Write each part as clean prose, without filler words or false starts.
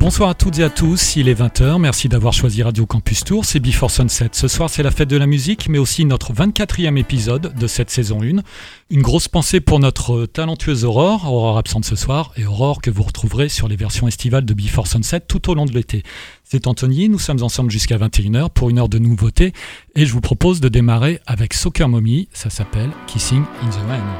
Bonsoir à toutes et à tous, il est 20h, merci d'avoir choisi Radio Campus Tours, c'est Before Sunset. Ce soir c'est la fête de la musique, mais aussi notre 24e épisode de cette saison 1. Une grosse pensée pour notre talentueuse Aurore absente ce soir, et Aurore que vous retrouverez sur les versions estivales de Before Sunset tout au long de l'été. C'est Anthony, nous sommes ensemble jusqu'à 21h pour une heure de nouveautés, et je vous propose de démarrer avec Soccer Mommy, ça s'appelle Kissing in the Rain.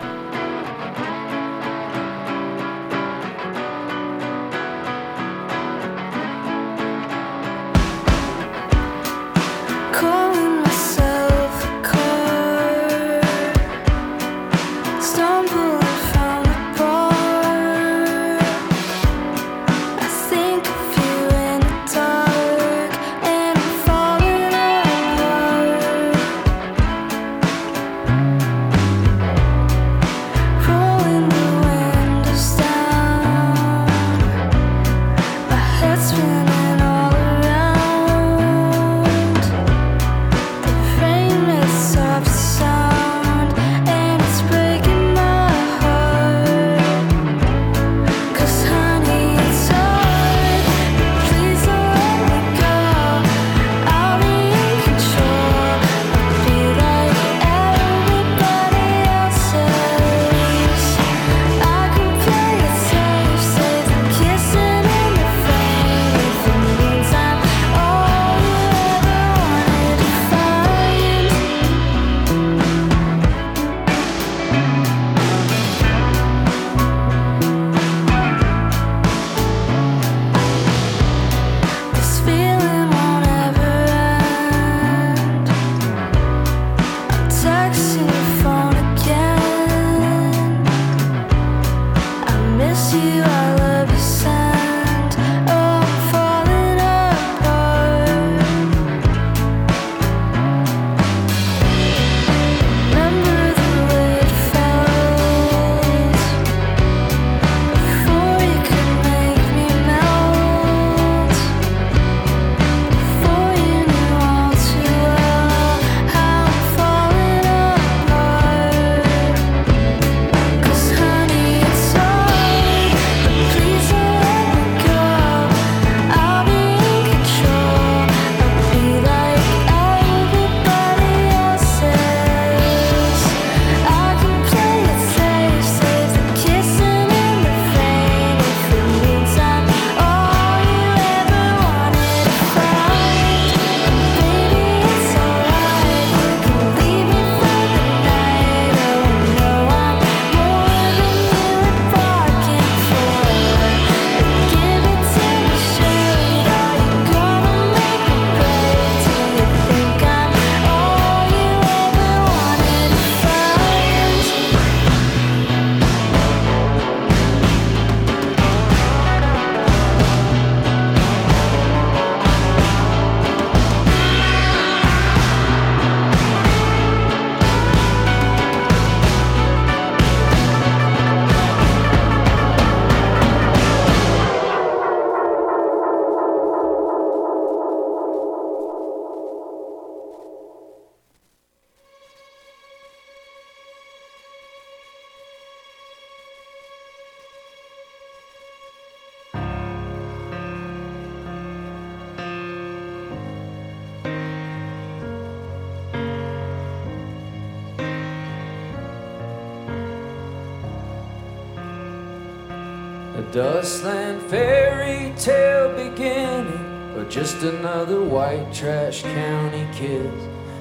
Dustland fairy tale beginning, or just another white trash county kid.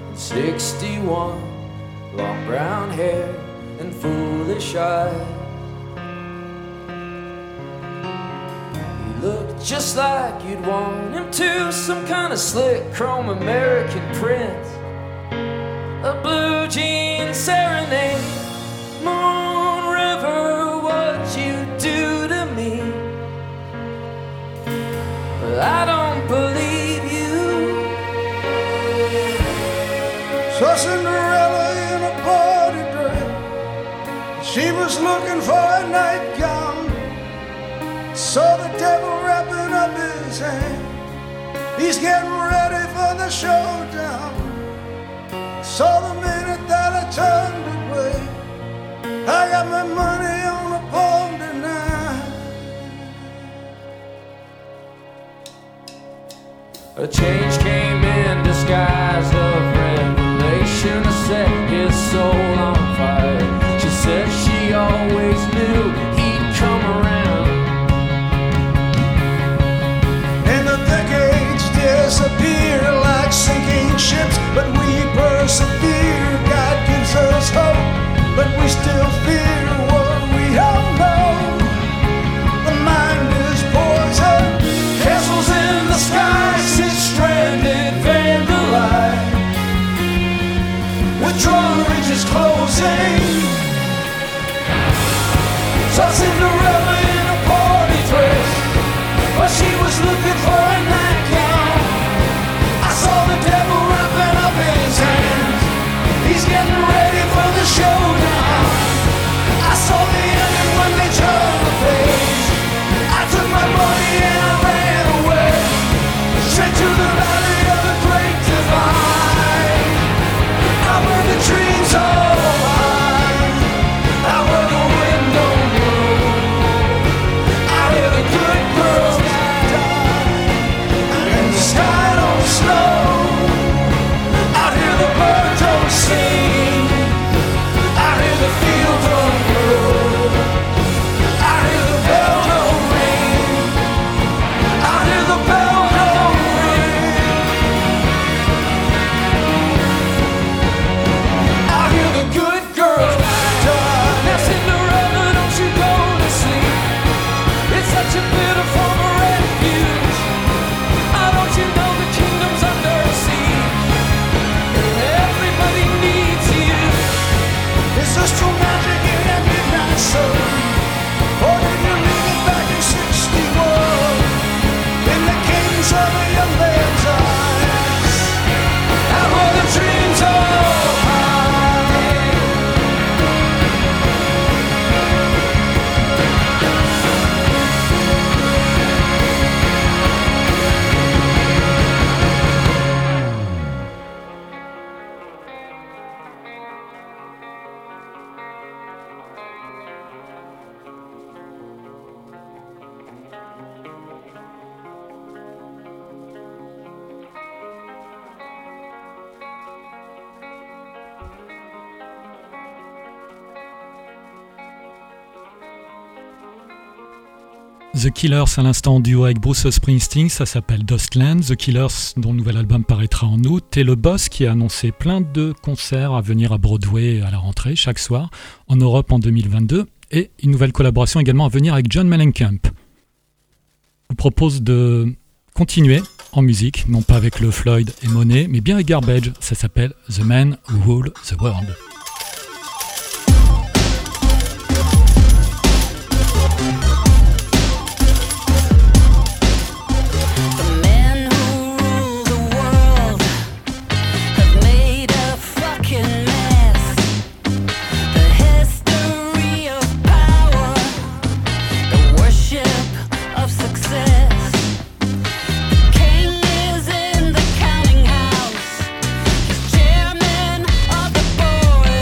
61, long brown hair and foolish eyes. He looked just like you'd want him to, some kind of slick chrome American prince. A blue jean serenade, Moon River, what you do to me. But I don't believe you. Saw Cinderella in a party dress. She was looking for a nightgown. Saw the devil wrapping up his hand. He's getting ready for the showdown. Saw the minute that I turned away. I got my money on a palm tonight. A change came in disguise of revelation to set his soul on fire. She said she always knew he'd come around. And the decades disappear like sinking ships, but we persevere. God gives us hope, but we still fear what we don't know. The mind is poison. Castles in the sky sit stranded, vandalized. Withdrawn ridges closing. Saw Cinderella in a party dress, but she was looking for a nightgown. I saw the devil wrapping up his hands. He's getting ready for the showdown. I saw the ending when they turned the page. I took my money and I ran away, straight to the valley of the great divide. Out where the dreams are mine, out where the wind don't blow. I hear the good girls die, and the sky don't snow. I hear the birds don't sing, I hear the fields don't grow. I hear the bell don't ring, I hear the bell don't ring. I hear the good girls die. Now Cinderella, don't you go to sleep. It's such a bitter form of refuge. Oh, don't you know the kingdom's under siege? Everybody needs you. It's just too magic in that midnight sun. Or did you leave it back in 61? In the kings of a young man's eyes. Out where the dreams are high. The Killers à l'instant en duo avec Bruce Springsteen, ça s'appelle Dustland. The Killers dont le nouvel album paraîtra en août, et le boss qui a annoncé plein de concerts à venir à Broadway à la rentrée chaque soir, en Europe en 2022, et une nouvelle collaboration également à venir avec John Mellencamp. Je vous propose de continuer en musique, non pas avec le Floyd et Monet, mais bien avec Garbage, ça s'appelle The Man Who Ruled the World. The men who rule the world have made a fucking mess. The history of power, the worship of success. The king is in the counting house. He's chairman of the board.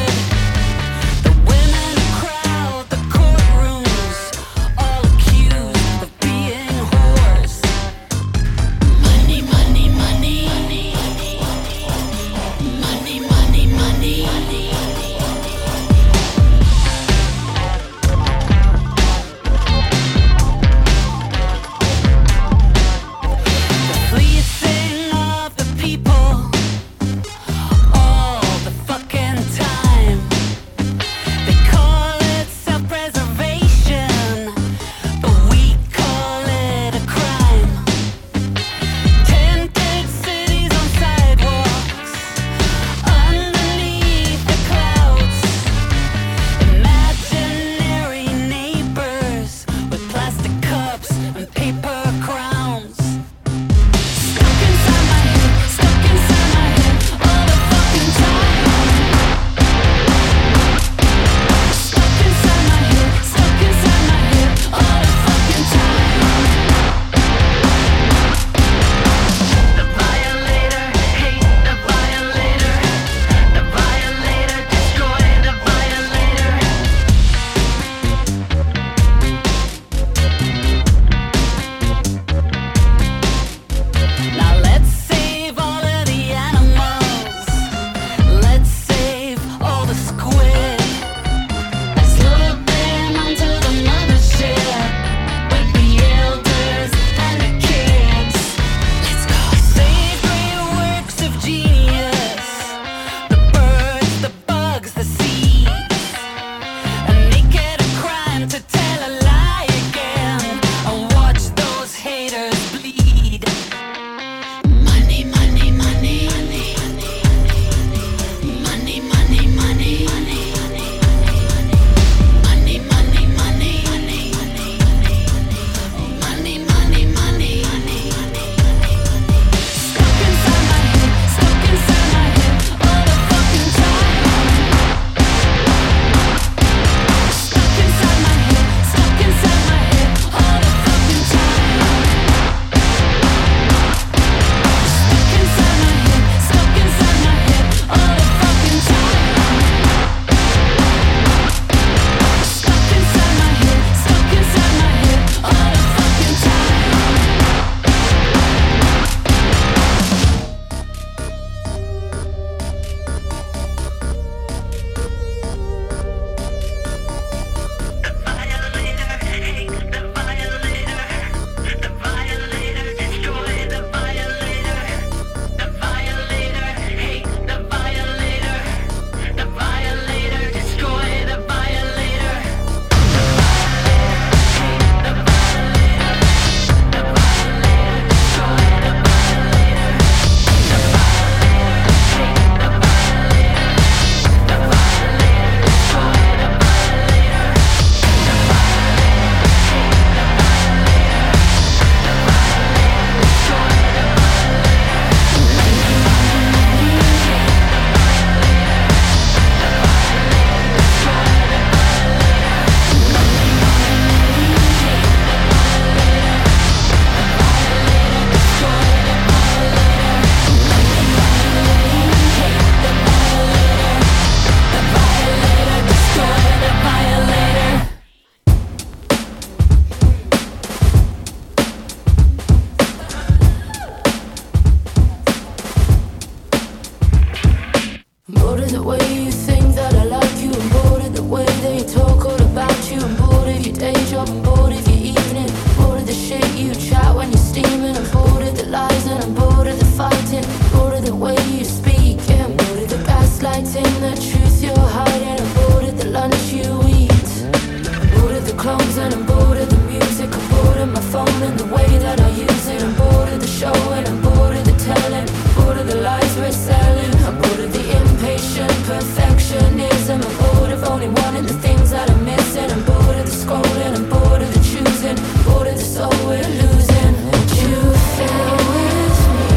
bored of the way you think that I like you. I'm bored of the way that you talk all about you. I'm bored of your day job, I'm bored of your evening. Bored of the shit you chat when you're steaming. I'm bored of the lies and I'm bored of the fighting. Bored of the way you speak, yeah. I'm bored of the gaslighting, the truth you're hiding. I'm bored of the lunch you eat. I'm bored of the clones and I'm bored of the music. I'm bored of my phone and the way that I use it. I'm bored of the show and I'm bored of the telling. Bored of the lies we're selling. I'm bored of the impatient perfectionism. I'm bored of only wanting the things that I'm missing. I'm bored of the scrolling, I'm bored of the choosing. Bored of the soul we're losing. Won't you feel with me?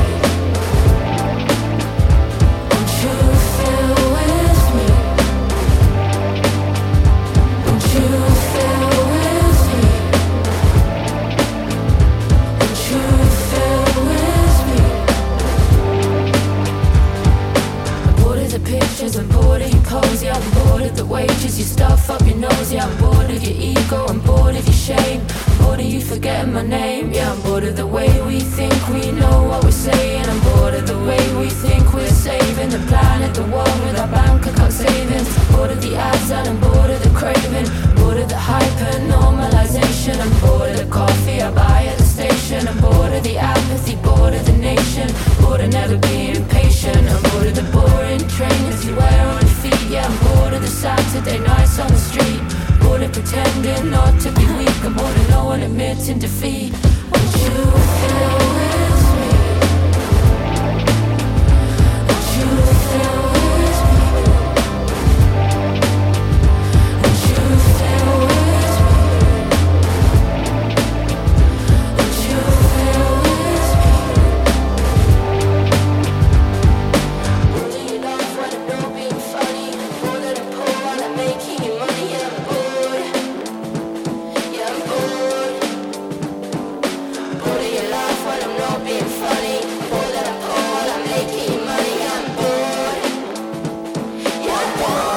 Won't you feel with me? Won't you feel with me? Won't you feel with me? I'm bored of the pictures, I'm bored of your pose, yeah. I'm bored of the wages you stuff up your nose, yeah. I'm bored of your ego, I'm bored of your shame. I'm bored of you forgetting my name, yeah. I'm bored of the way we think we know what we're saying. I'm bored of the way we think we're saving the planet, the world with our bank account savings. Bored of the ads and I'm bored of the craving. Bored of the hyper normalization. I'm bored of the coffee I buy at the station. I'm bored of the apathy, bored of the nation. Bored of never being patient. I'm bored of the boring trainers you wear on your feet, yeah. I'm bored of the Saturday nights on the street. Bored of pretending not to be weak. I'm bored of no one admitting defeat. Won't you feel with me? Won't you feel with me? Won't you feel with me? Won't you feel with me? Bored of your love when I'm not being funny. Bored of the poor while I'm making you money. Yeah, I'm bored. Yeah, I'm bored. Bored of your laugh when I'm not being funny. Bored that I'm poor while I'm making you money. Yeah, I'm bored. Yeah, I'm bored.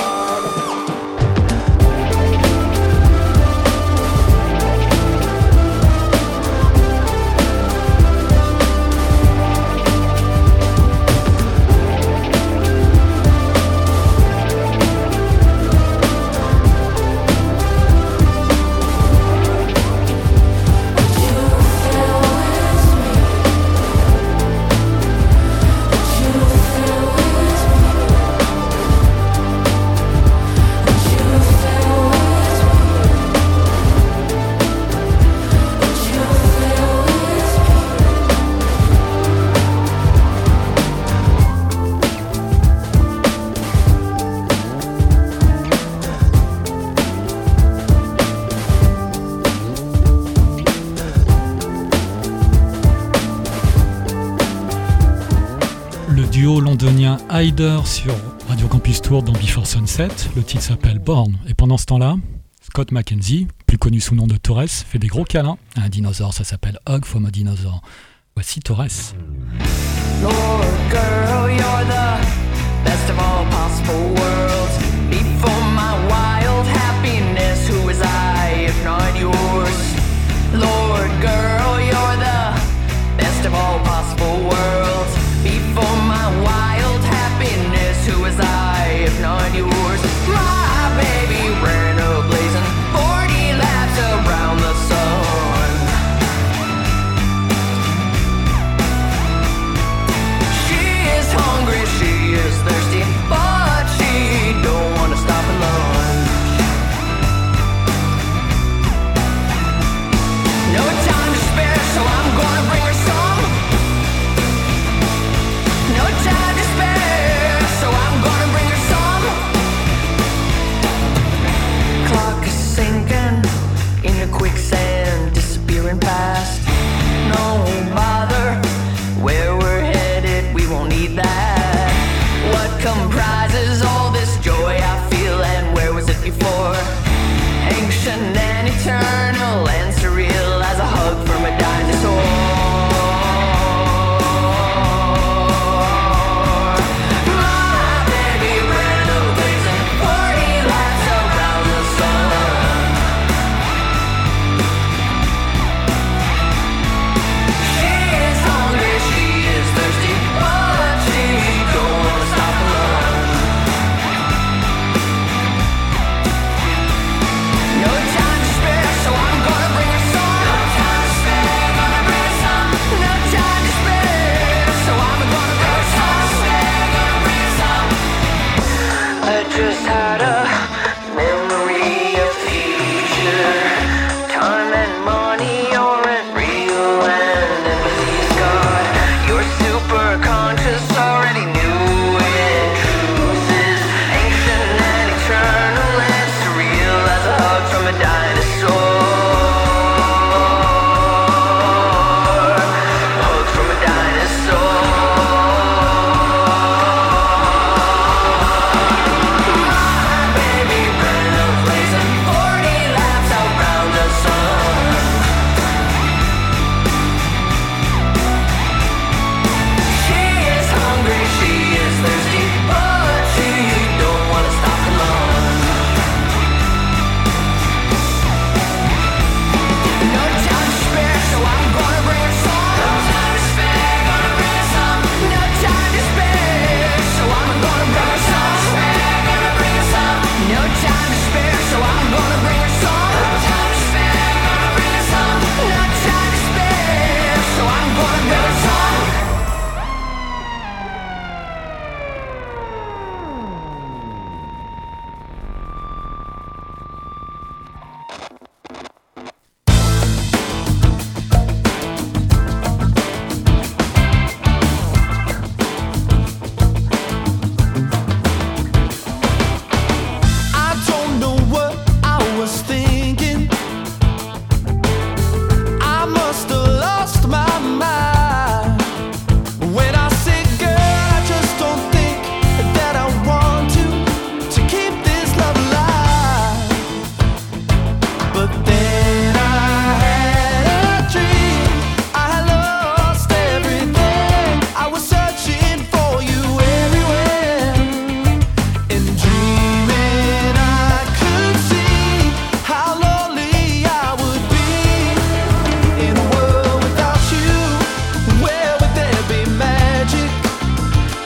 Le duo londonien Hyder sur Radio Campus Tour dans Before Sunset. Le titre s'appelle Born. Et pendant ce temps-là, Scott McKenzie, plus connu sous le nom de Torres, fait des gros câlins à un dinosaure. Ça s'appelle Hug from a Dinosaur. Voici Torres. Lord, girl, you're the best of all possible worlds. Before my wild happiness, who was I if not yours? Lord, girl, you're the best of all possible worlds. Before my wild happiness, who was I if not yours? My baby ran a blazing 40 laps around the sun. She is hungry, she is thirsty, but she don't wanna stop at lunch. No time to spare, so I'm gonna bring her some. No time to spare, so I'm gonna bring her some. Clock is sinking into quicksand, disappearing past. No bother, where we're headed, we won't need that. What comprises all this joy I feel, and where was it before? Ancient and eternal and surreal as a hug from a dinosaur. My baby ran a blazing 40 laps around the sun. She is hungry, she is thirsty, but she don't wanna stop at lunch.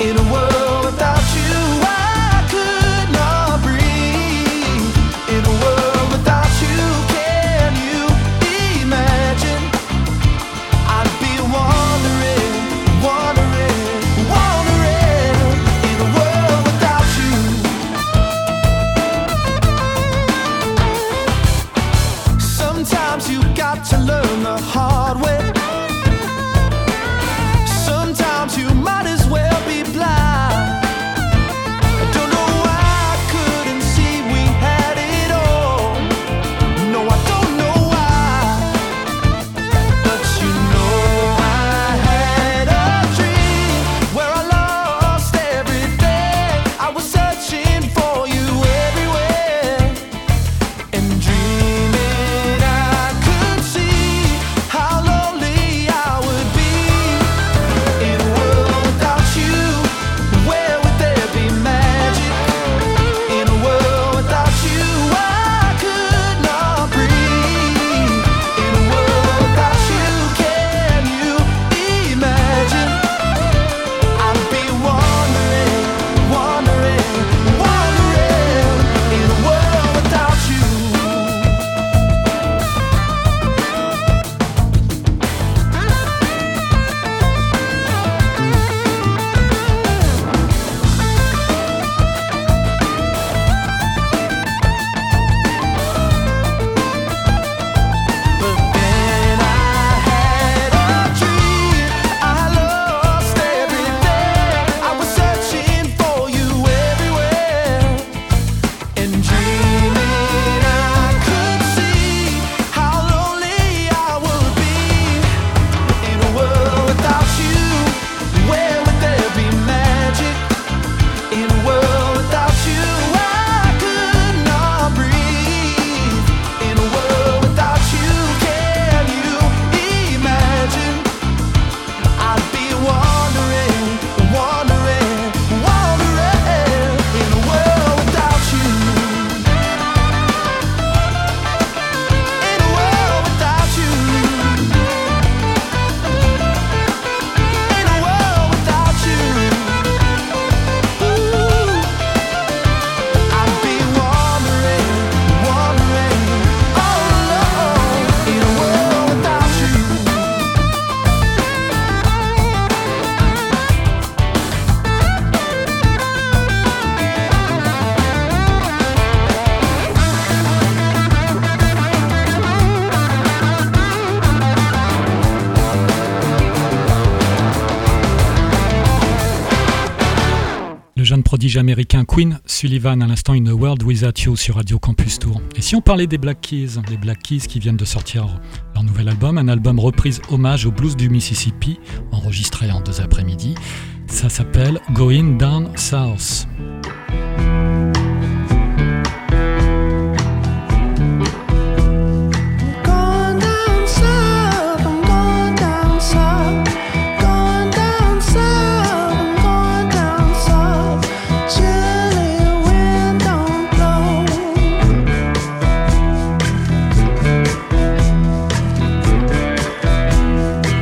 jeune prodige américain Queen Sullivan, à l'instant In a World Without You sur Radio Campus Tour. Et si on parlait des Black Keys qui viennent de sortir leur nouvel album, un album reprise hommage au blues du Mississippi, enregistré en 2 après-midi, ça s'appelle Going Down South.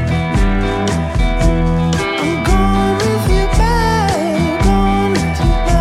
I'm going with you, babe, going with you, babe.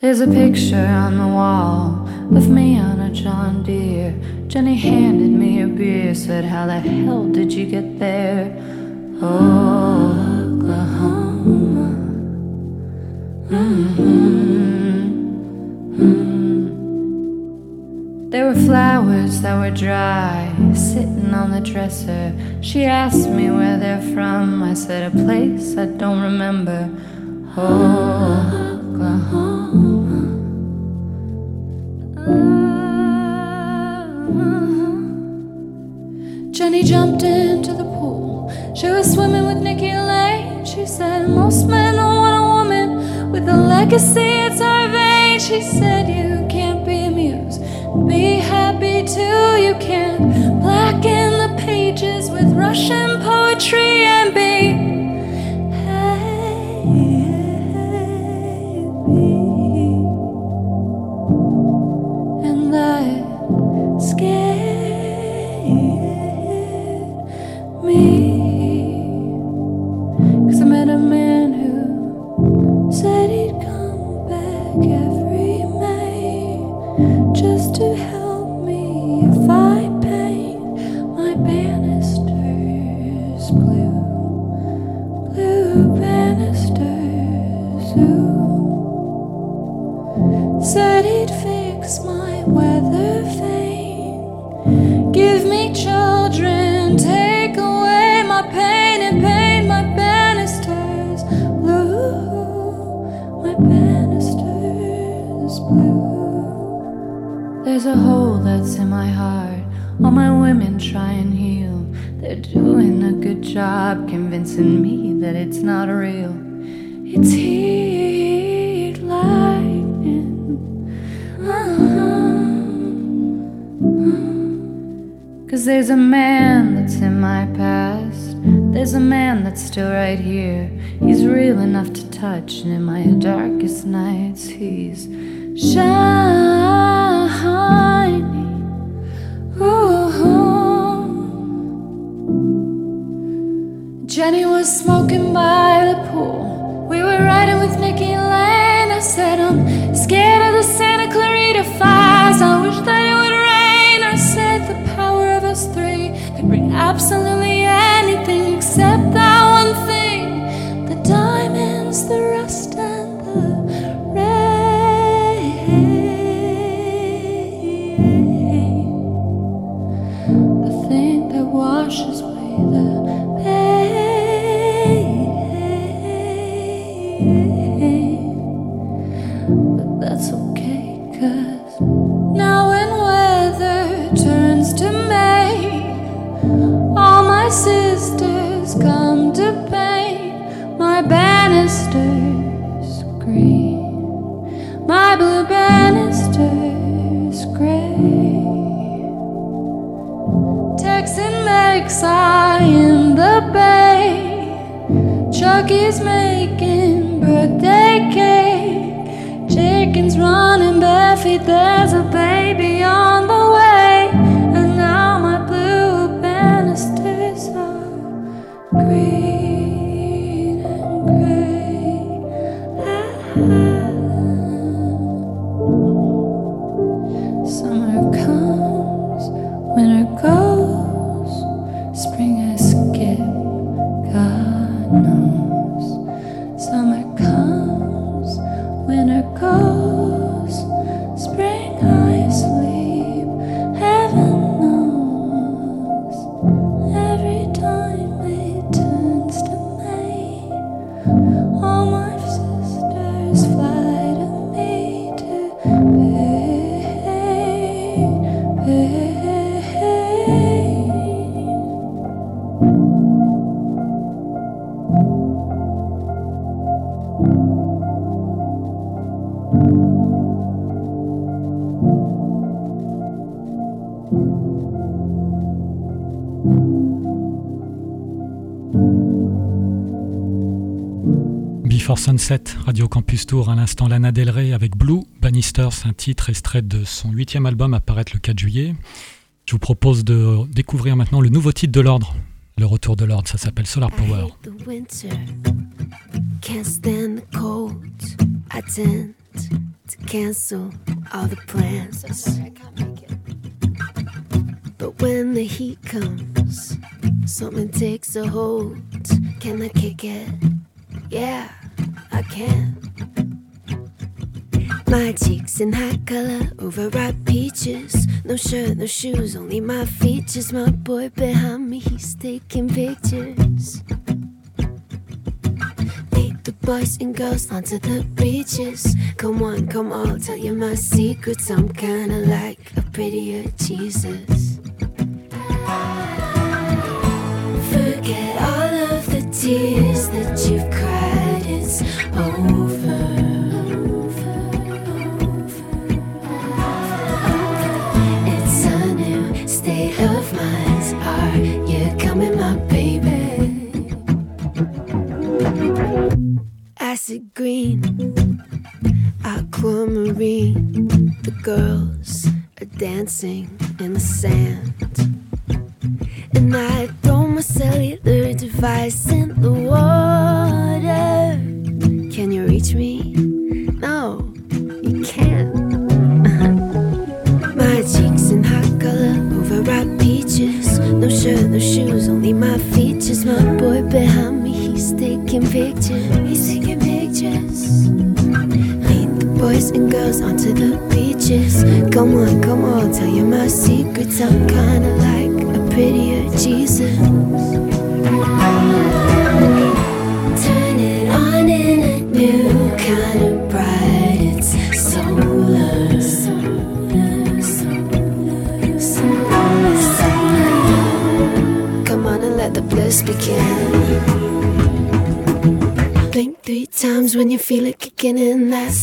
There's a picture on the wall of me on a John Deere. Jenny handed me a beer, said, how the hell did you get there? Oklahoma. There were flowers that were dry, sitting on the dresser. She asked me where they're from. I said, a place I don't remember. Oklahoma. Jenny jumped into the pool. She was swimming with Nikki Lane. She said, most men don't want a woman with a legacy, it's her vein. She said, you can't be amused, be happy too. You can't blacken the pages with Russian poetry and be happy. And that scared me. 'Cause I met a man who said he'd come back every May just to help me if I paint my banisters blue, blue banisters. Ooh. Said he'd fix my weather vane, give me children, take away my pain and paint my banisters blue, my banisters blue. There's a hole that's in my heart, all my women try and heal. They're doing a good job convincing me that it's not real. It's heat lightning. 'Cause there's a man that's in my past, there's a man that's still right here. He's real enough to touch, and in my darkest nights he's shining. Ooh. Jenny was smoking by the pool. We were riding with Nikki Lane. I said, I'm scared of the Santa Clarita fires. I wish that it would rain. I said, the power of us three could bring absolutely anything except that one thing: the diamonds, the rust, and the rain. The thing that washes away the pain. But that's okay, 'cause now when weather turns to May, all my sisters come to paint my banisters green, my blue banisters gray. Texan makes eye in the bay. Chucky's making birthday cake. Chicken's running barefeet. There's a baby on the way. And now my blue banisters are green and gray. Summer comes, winter goes, spring I skip, God knows. Summer comes, winter goes, spring I sleep, heaven knows. Every time it turns to May, all my sisters fly to me to paint. Before Sunset, Radio Campus Tour, à l'instant Lana Del Rey avec Blue Bannisters, un titre extrait de son 8e album à paraître le 4 juillet. Je vous propose de découvrir maintenant le nouveau titre de l'Ordre, le retour de l'Ordre, ça s'appelle Solar Power. I hate the winter, can't stand the cold. I tend to cancel all the plans. I can't make it. But when the heat comes, something takes a hold. Can I kick it? Yeah, I can. My cheeks in high color, overripe peaches. No shirt, no shoes, only my features. My boy behind me, he's taking pictures. Lead the boys and girls onto the beaches. Come on, come on, tell you my secrets. I'm kinda like a prettier Jesus. Forget all of the tears that you've cried, it's over. It's a new state of mind. Are you coming, my baby? Acid green, aquamarine. The girls are dancing in the sand. And I throw my cellular device in the water. Can you reach me? No, you can't. My cheeks in hot color, overripe peaches. No shirt, no shoes, only my features. My boy behind me, he's taking pictures. He's taking pictures. Lead the boys and girls onto the beaches. Come on, tell you my secrets. I'm kinda like prettier Jesus. Turn it on in a new kind of bright. It's solar. Come on and let the bliss begin. Blink 3 times when you feel it kicking in. That's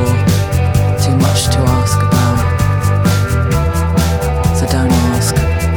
Too much to ask about, so don't ask.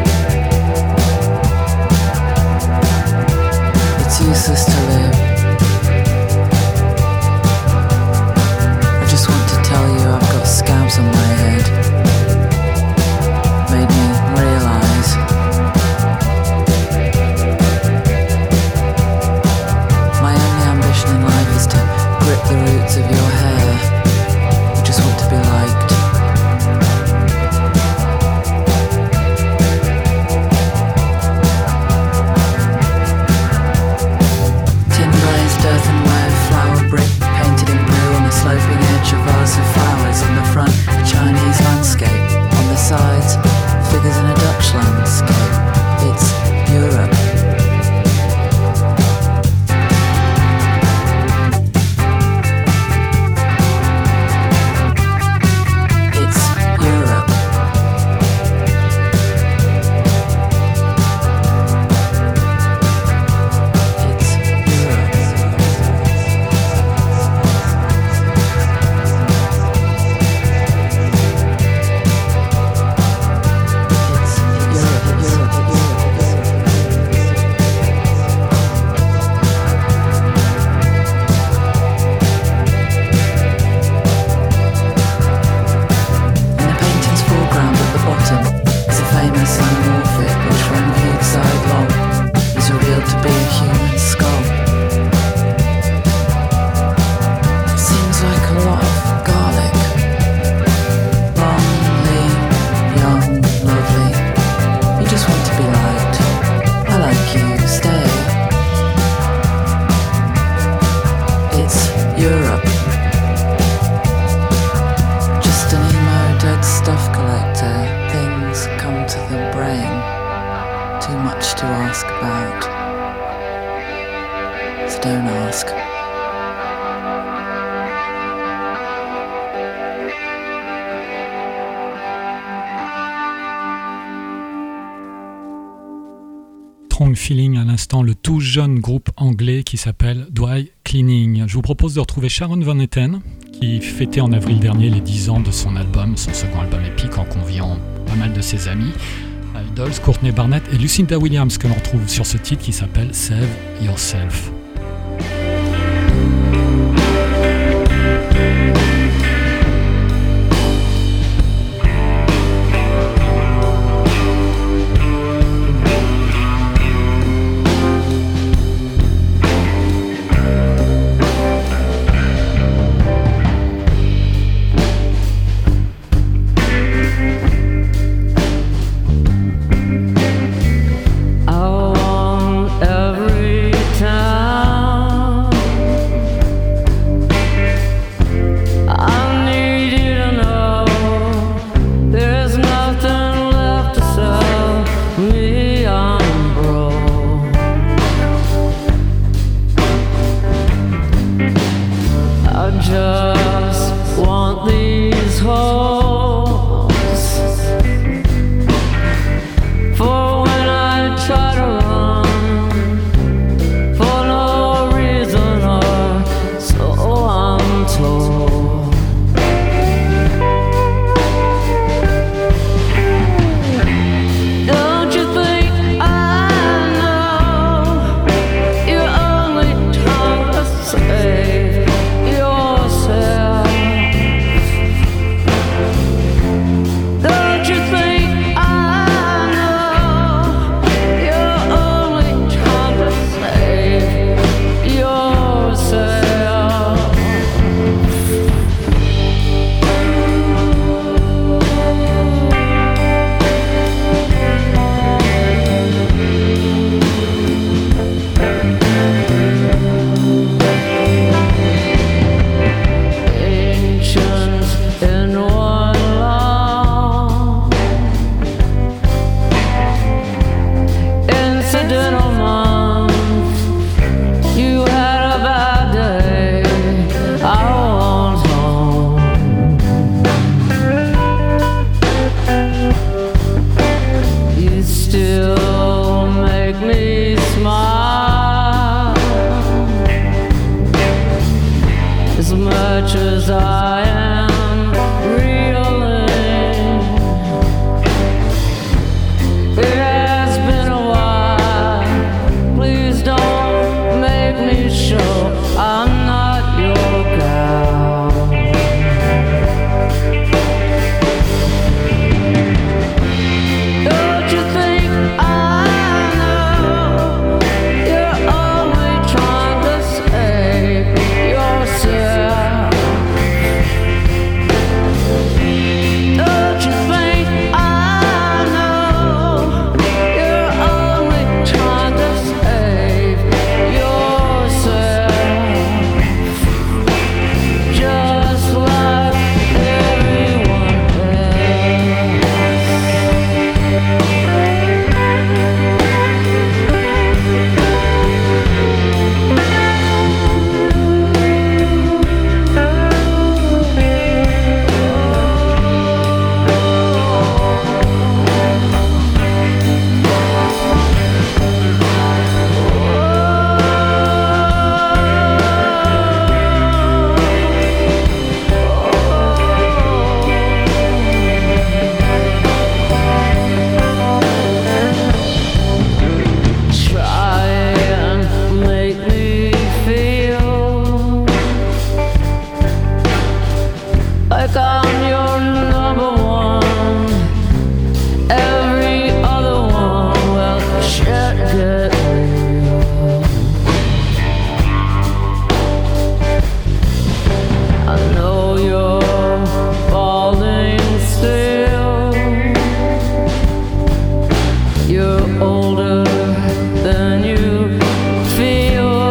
Strong Feeling, à l'instant le tout jeune groupe anglais qui s'appelle Dry Cleaning. Je vous propose de retrouver Sharon Van Etten qui fêtait en avril dernier les 10 ans de son second album épique, en conviant pas mal de ses amis, Idols, Courtney Barnett et Lucinda Williams, que l'on retrouve sur ce titre qui s'appelle Save Yourself.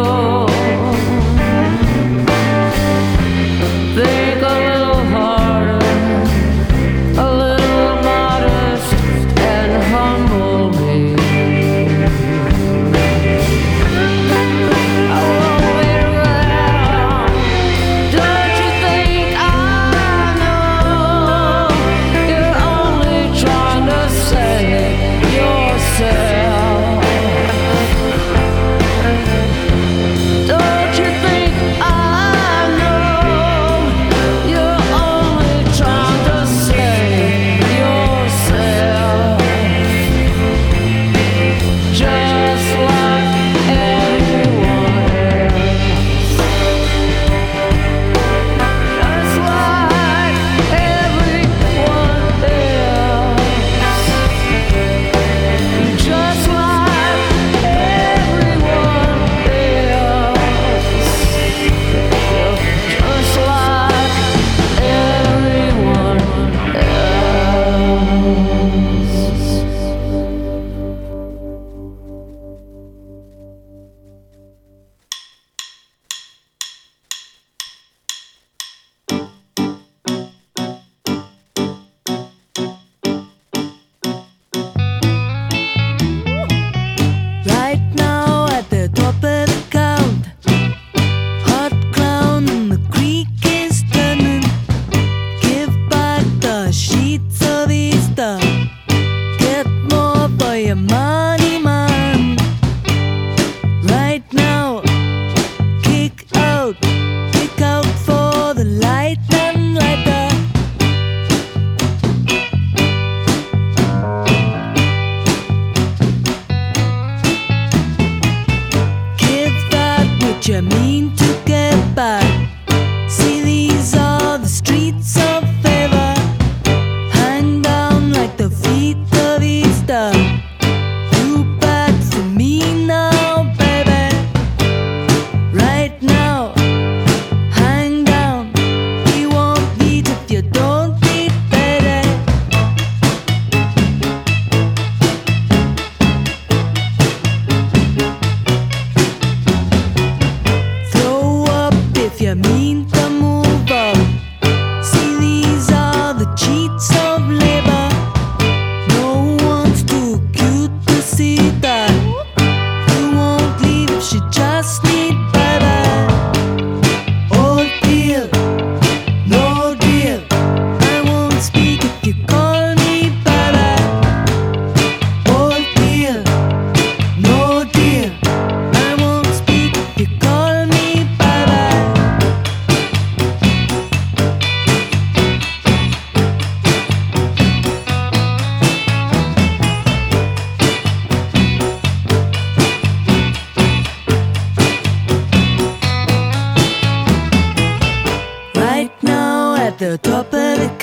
Think a little harder.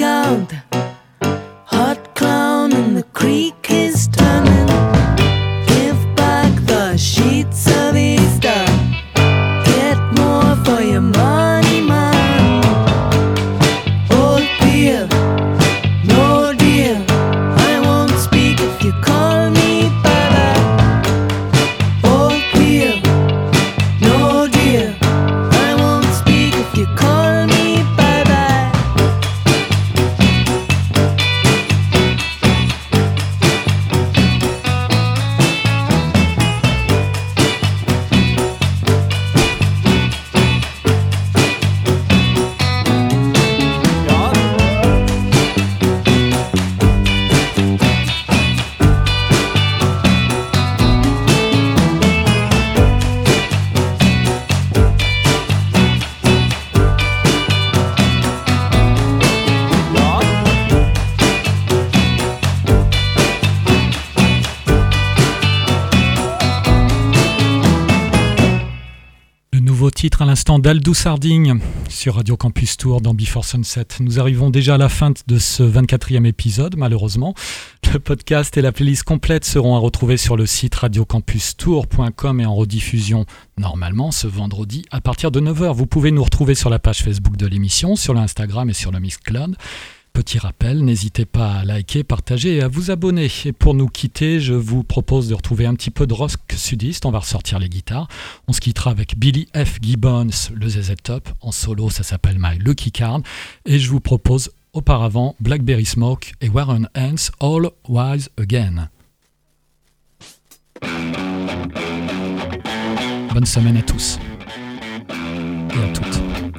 count. Hot clown and the creek is turning. Give back the sheets of Easter. Get more for your money, man. Old beer, no dear. I won't speak if you call me bye-bye. Old beer, no dear. I won't speak if you call me bye-bye. Le nouveau titre à l'instant d'Aldous Harding sur Radio Campus Tour dans Before Sunset. Nous arrivons déjà à la fin de ce 24e épisode, malheureusement. Le podcast et la playlist complète seront à retrouver sur le site radiocampustour.com et en rediffusion normalement ce vendredi à partir de 9h. Vous pouvez nous retrouver sur la page Facebook de l'émission, sur l'Instagram et sur le Mixcloud. Petit rappel, n'hésitez pas à liker, partager et à vous abonner. Et pour nous quitter, je vous propose de retrouver un petit peu de rock sudiste. On va ressortir les guitares. On se quittera avec Billy F. Gibbons, le ZZ Top. En solo, ça s'appelle My Lucky Card. Et je vous propose auparavant Blackberry Smoke et Warren Hans, All Wise Again. Bonne semaine à tous et à toutes.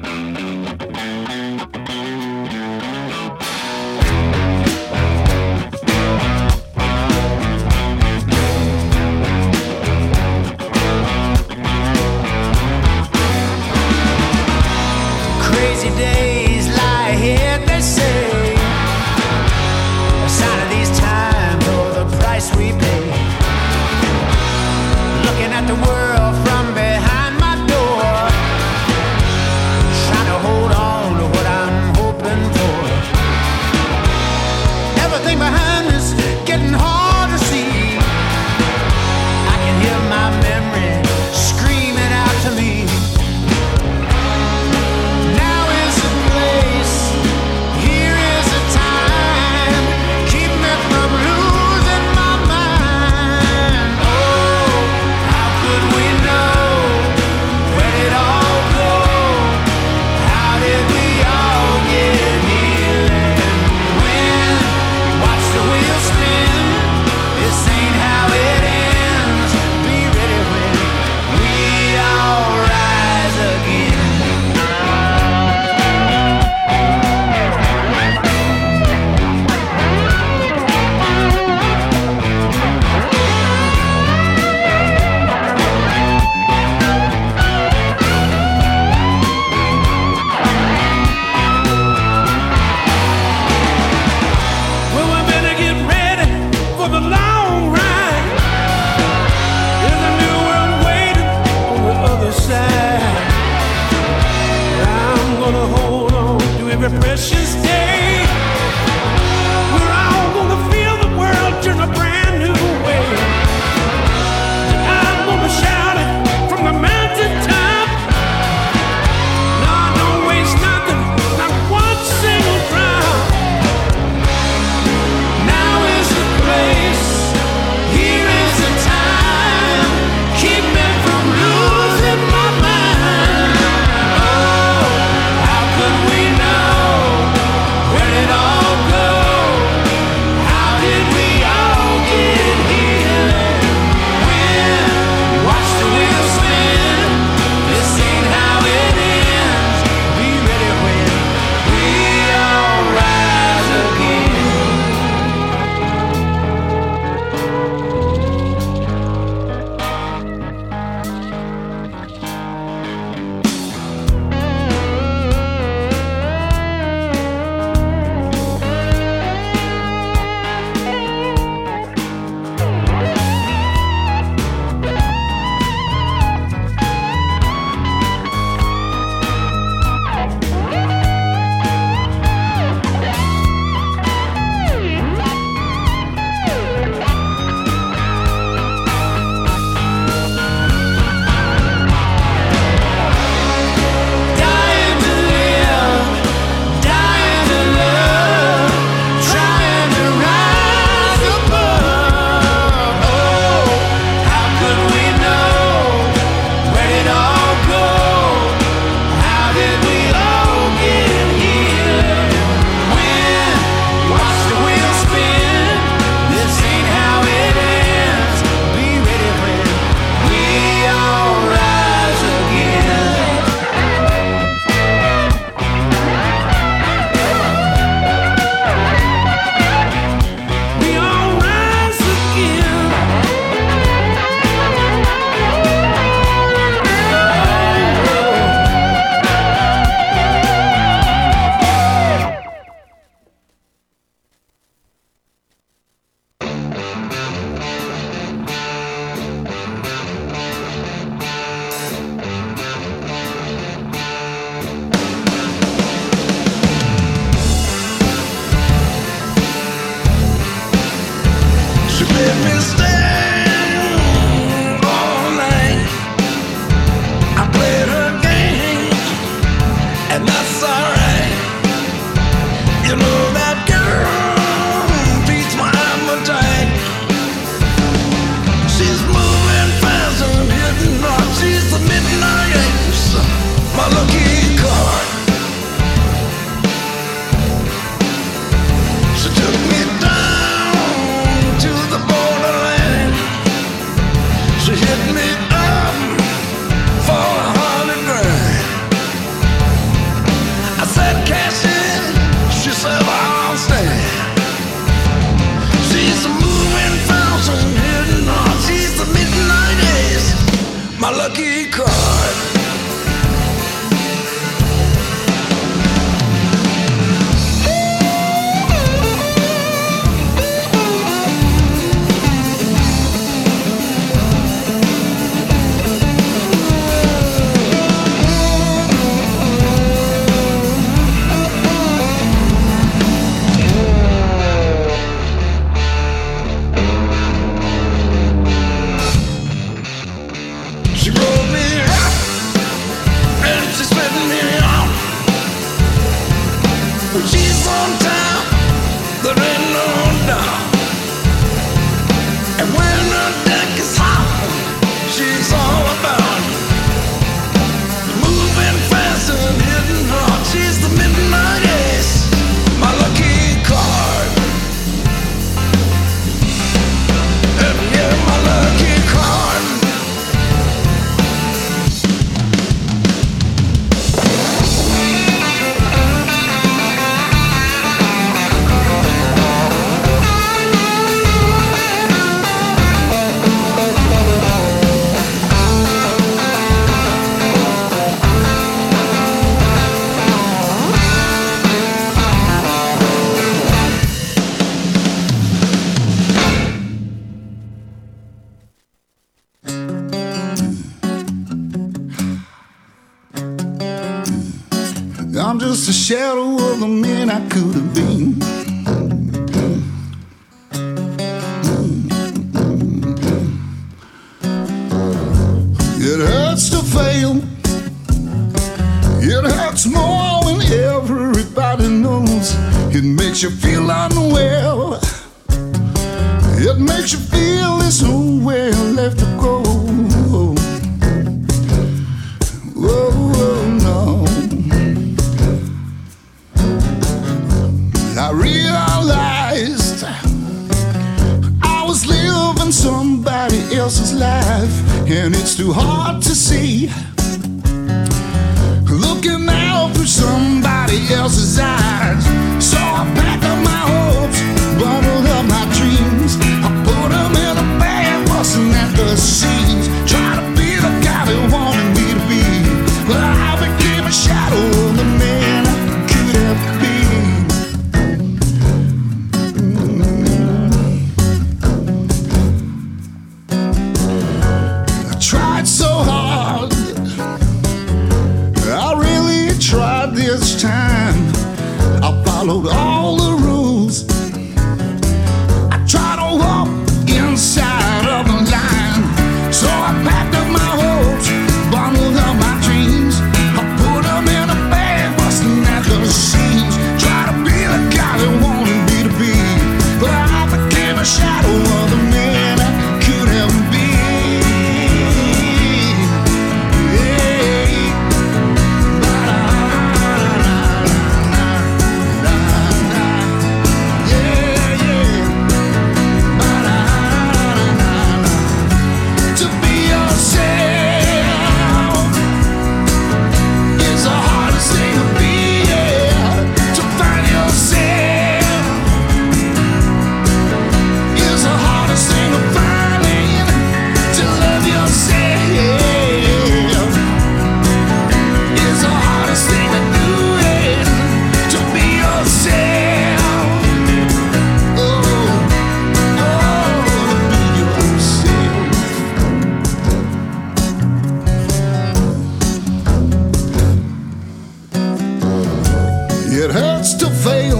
Crazy days lie ahead, they say. A sign of these times or the price we pay. Looking at the world from behind my door. lucky card. She wrote me up and she split me off. When she's on time, there ain't no doubt. And when her deck is hot, she's all about moving fast and hitting hard. She's the midnight ace, my lucky card. And yeah, my lucky card. I'm just a shadow of the man I could have been. It hurts to fail. It hurts more when everybody knows. It makes you feel unwell. It makes you feel there's nowhere left to go. Oh, no. I realized I was living somebody else's life, and it's too hard to see. Looking out through somebody else's eyes. So I packed up my hopes, bundled up my dreams. I put them in a bag, busting at the seams. Trying to be the guy they wanted me to be, but I became a shadow of the man I could have been. Tried so hard, I really tried this time. I followed all the rules. I tried to walk inside of the line. So I packed up my hopes, bundled up my dreams. I put them in a bag, busting at the seams. Tried to be the guy they wanted me to be, but I became a shadow of the man I could have been. It hurts to fail.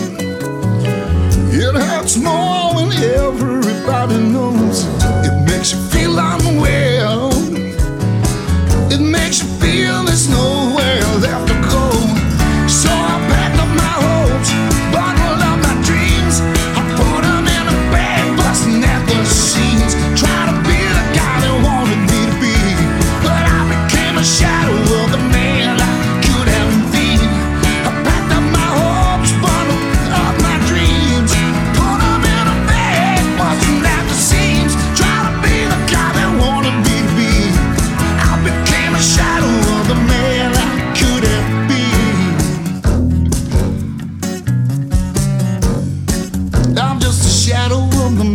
It hurts more when everybody knows. It makes you feel unwell. It makes you feel there's nowhere left to go. So I packed up my hopes, bundled up my dreams. I put them in a bag, busting at the seams. Trying to be the guy they wanted me to be, but I became a shadow of the man I could have been. I packed up my hopes, bundled up my dreams. Put them in a bag, busting at the seams. Trying to be the guy they wanted me to be. I became a shadow of the man I could have been. I'm just a shadow of the